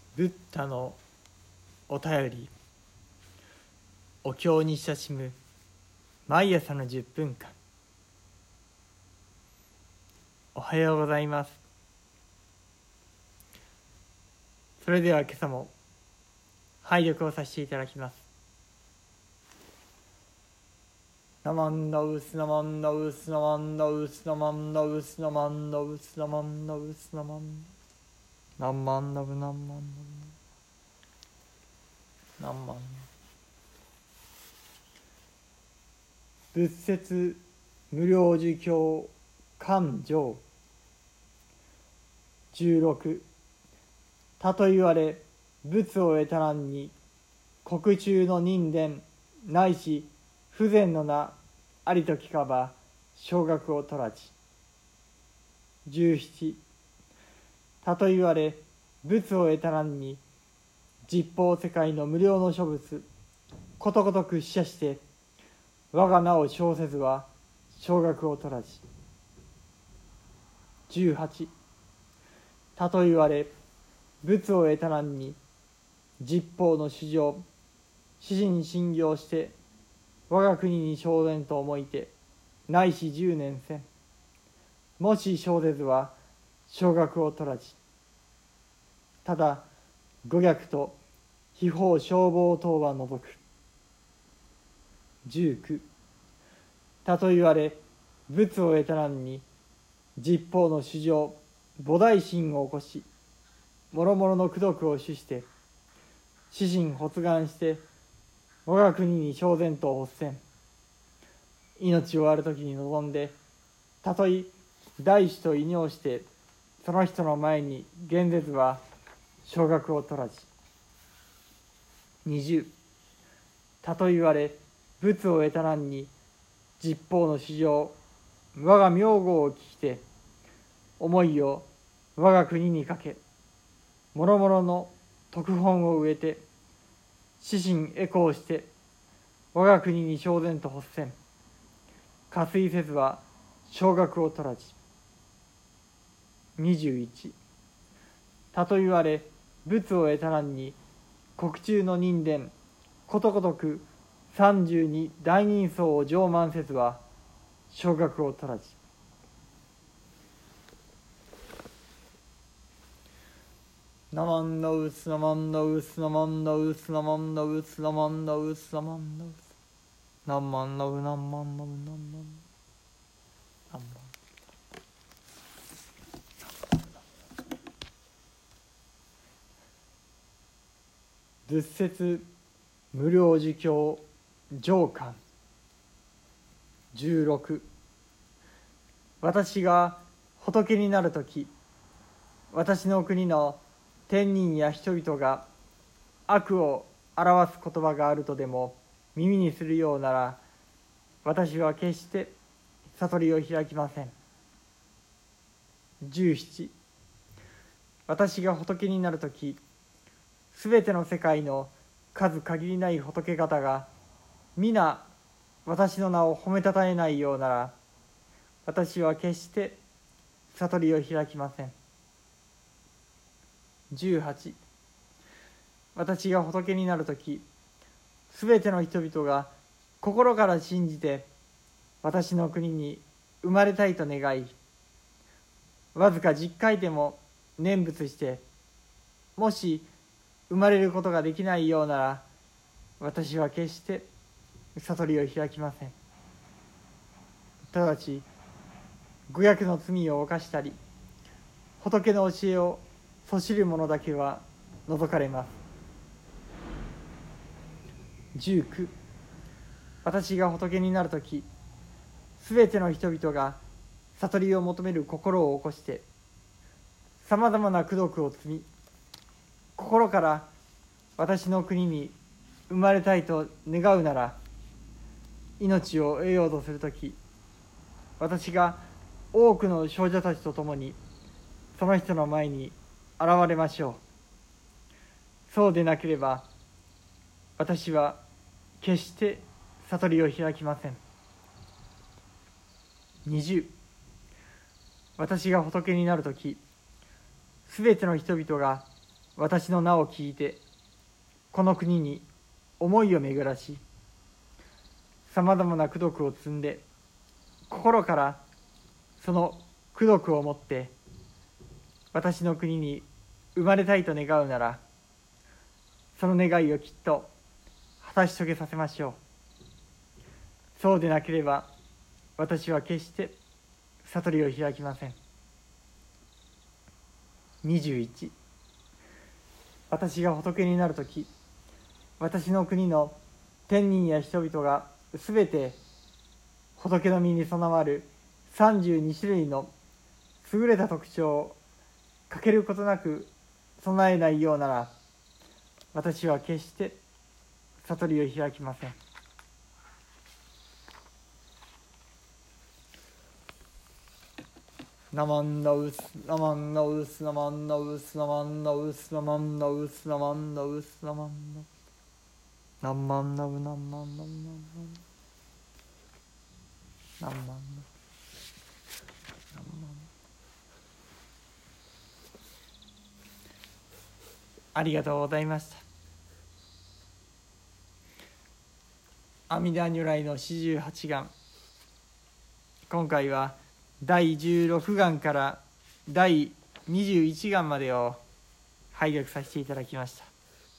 ブッダのお便り。お経に親しむ毎朝の10分間。おはようございます。それでは今朝も拝読をさせていただきます。ナマンダウスナマンダウスナマンダウスナマンダウスナマンダウスナマンダウスナマンダナンマンダブナンマンダブナンマン仏説無量寿経巻上16。たと言われ仏を得たらんに国中の人伝ないし不全の名ありと聞かば少額を取らじ。17。たと言われ仏を得たらんに十方世界の無料の諸仏ことごとく死者して我が名を称せずは少額を取らじ。18。たと言われ仏を得たらんに十方の衆生私人信行して我が国に生然と思いてないし10年せんもし生ぜずは少額を取らじ。ただ五逆と秘宝消防等は除く。19。たと言われ仏を得たらんに十方の衆生菩提心を起こし諸々の功徳を主して私心発願して我が国に生然と発せん命をある時に臨んでたとえ大師と異名してその人の前に現ぜずは少額を取らじ。20。たと言われ仏を得たらんに十方の衆生我が名号を聞きて思いを我が国にかけ諸々の徳本を植えて私心回向して我が国に生然と発せん加水せずは少額を取らじ。21。たと言われ仏を得たらんに国中の人伝ことごとく32大人相を上満せずは少額を取らじ。ナマンダウスナマンダウスナマンダウスナマンダウスナマンダウスナマンダウスナンマンダウナンマンダウナンマンダウナンマン仏説無量寿経上巻16。私が仏になるとき私の国の天人や人々が悪を表す言葉があるとでも耳にするようなら私は決して悟りを開きません。17。私が仏になるときすべての世界の数限りない仏方が皆私の名を褒めたたえないようなら私は決して悟りを開きません。18。私が仏になるときすべての人々が心から信じて私の国に生まれたいと願いわずか10回でも念仏してもし生まれることができないようなら私は決して悟りを開きません。ただし五逆の罪を犯したり仏の教えをそしる者だけは除かれます。19。私が仏になるときすべての人々が悟りを求める心を起こしてさまざまな功徳を積み心から私の国に生まれたいと願うなら命を得ようとするとき私が多くの少女たちと共にその人の前に現れましょう。そうでなければ私は決して悟りを開きません。20。私が仏になるときすべての人々が私の名を聞いてこの国に思いを巡らし、さまざまな功徳を積んで心からその功徳を持って私の国に生まれたいと願うなら、その願いをきっと果たし遂げさせましょう。そうでなければ私は決して悟りを開きません。21、私が仏になるとき、私の国の天人や人々がすべて仏の身に備わる32種類の優れた特徴を欠けることなく備えないようなら、私は決して悟りを開きません。ナマンダウスナマンダウスナマンダウスナマンダウスナマンダウスナマンダウスナマンダウスナマンダウナマンダウナマンダウナマンダウありがとうございました。阿弥陀如来の四十八願、今回は第16願から第21願までを拝読させていただきました。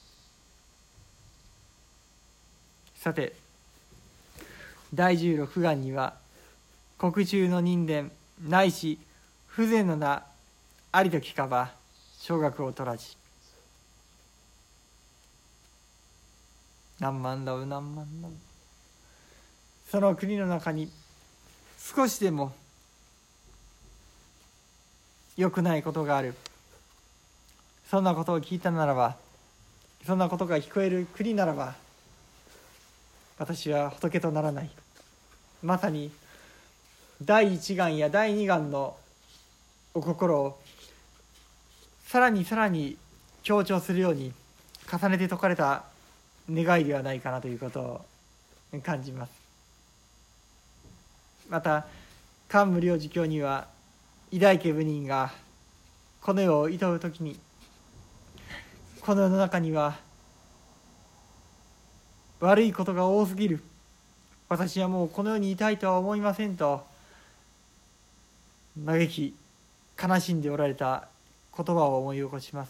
さて、第16願には国中の人伝ないし不全の名ありと聞かば小学を取らじ、何万だう何万だう、その国の中に少しでも良くないことがある、そんなことを聞いたならば、そんなことが聞こえる国ならば、私は仏とならない。まさに第一願や第二願のお心をさらにさらに強調するように重ねて説かれた願いではないかなということを感じます。また漢無量寿経には偉大家部人がこの世を厭うときに、この世の中には悪いことが多すぎる、私はもうこの世にいたいとは思いませんと嘆き悲しんでおられた言葉を思い起こします。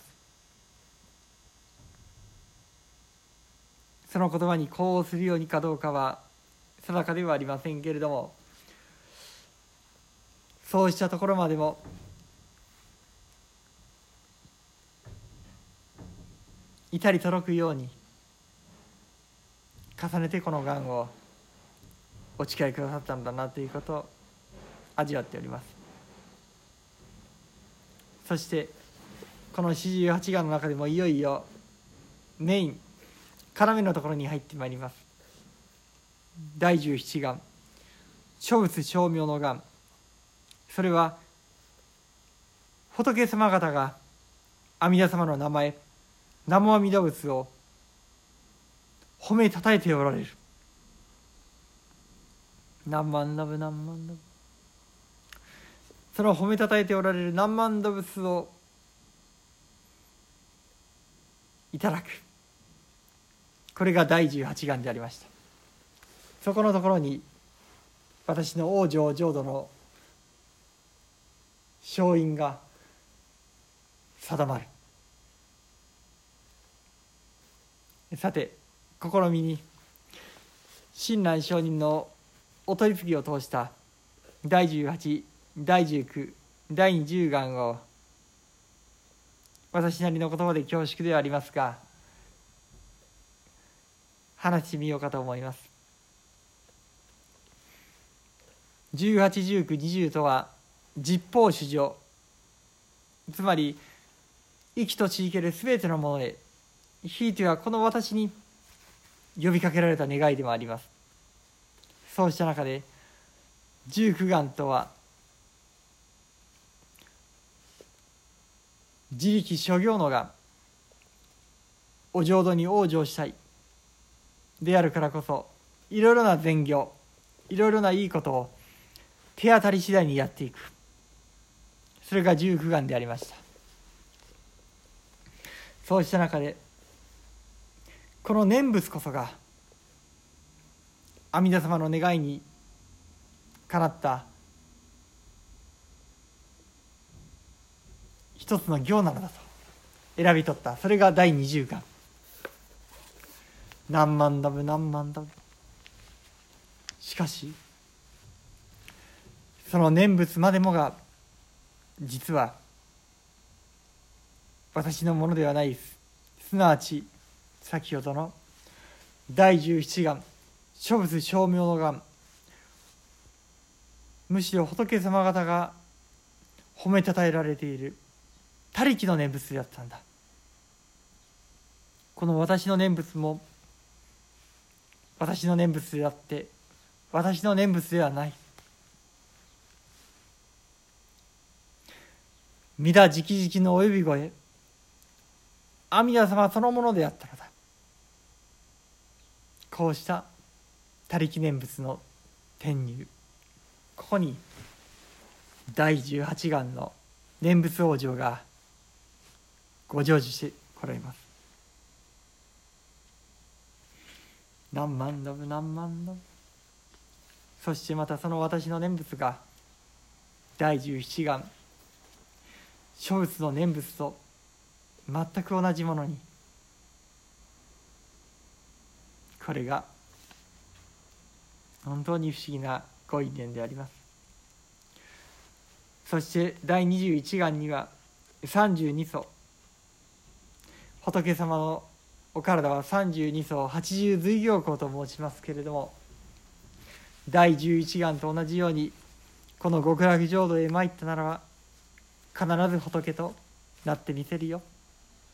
その言葉に呼応するようにかどうかは定かではありませんけれども、そうしたところまでも至り届くように重ねてこの願をお誓いくださったんだなということを味わっております。そしてこの四十八願の中でもいよいよメイン要のところに入ってまいります。第17願、諸仏称名の願。それは仏様方が阿弥陀様の名前、南無阿弥陀仏を褒めたたえておられる。何万ダブ何万ダブ、その褒めたたえておられる何万ダブスをいただく、これが第18願でありました。そこのところに私の往生浄土の勝因が定まる。さて、試みに親鸞上人のお取り次ぎを通した第18、第19、第20願を私なりの言葉で恐縮ではありますが話してみようかと思います。18、19、20とは十方主情、つまり生きとし生けるすべてのものへ、ひいてはこの私に呼びかけられた願いでもあります。そうした中で19願とは自力諸行の願、お浄土に往生したいであるからこそ、いろいろな善行、いろいろないいことを手当たり次第にやっていく、それが19願でありました。 そうした中でこの念仏こそが阿弥陀様の願いにかなった一つの行なのだと選び取った。それが第20願。何万ダブ何万ダブ。しかしその念仏までもが実は私のものではないです。すなわち先ほどの第17願諸仏称名の願、むしろ仏様方が褒めたたえられている他力の念仏であったんだ。この私の念仏も私の念仏であって私の念仏ではない。御陀直々のお呼び声、阿弥陀様そのものであったのだ。こうした他力念仏の転入、ここに第18願の念仏往生がご成就してこられます。何万度何万度。そしてまたその私の念仏が第17願諸仏の念仏と全く同じものに、これが本当に不思議なご因縁であります。そして第21願には32層、仏様のお体は32層80随行行と申しますけれども、第11願と同じようにこの極楽浄土へ参ったならば必ず仏となってみせるよ。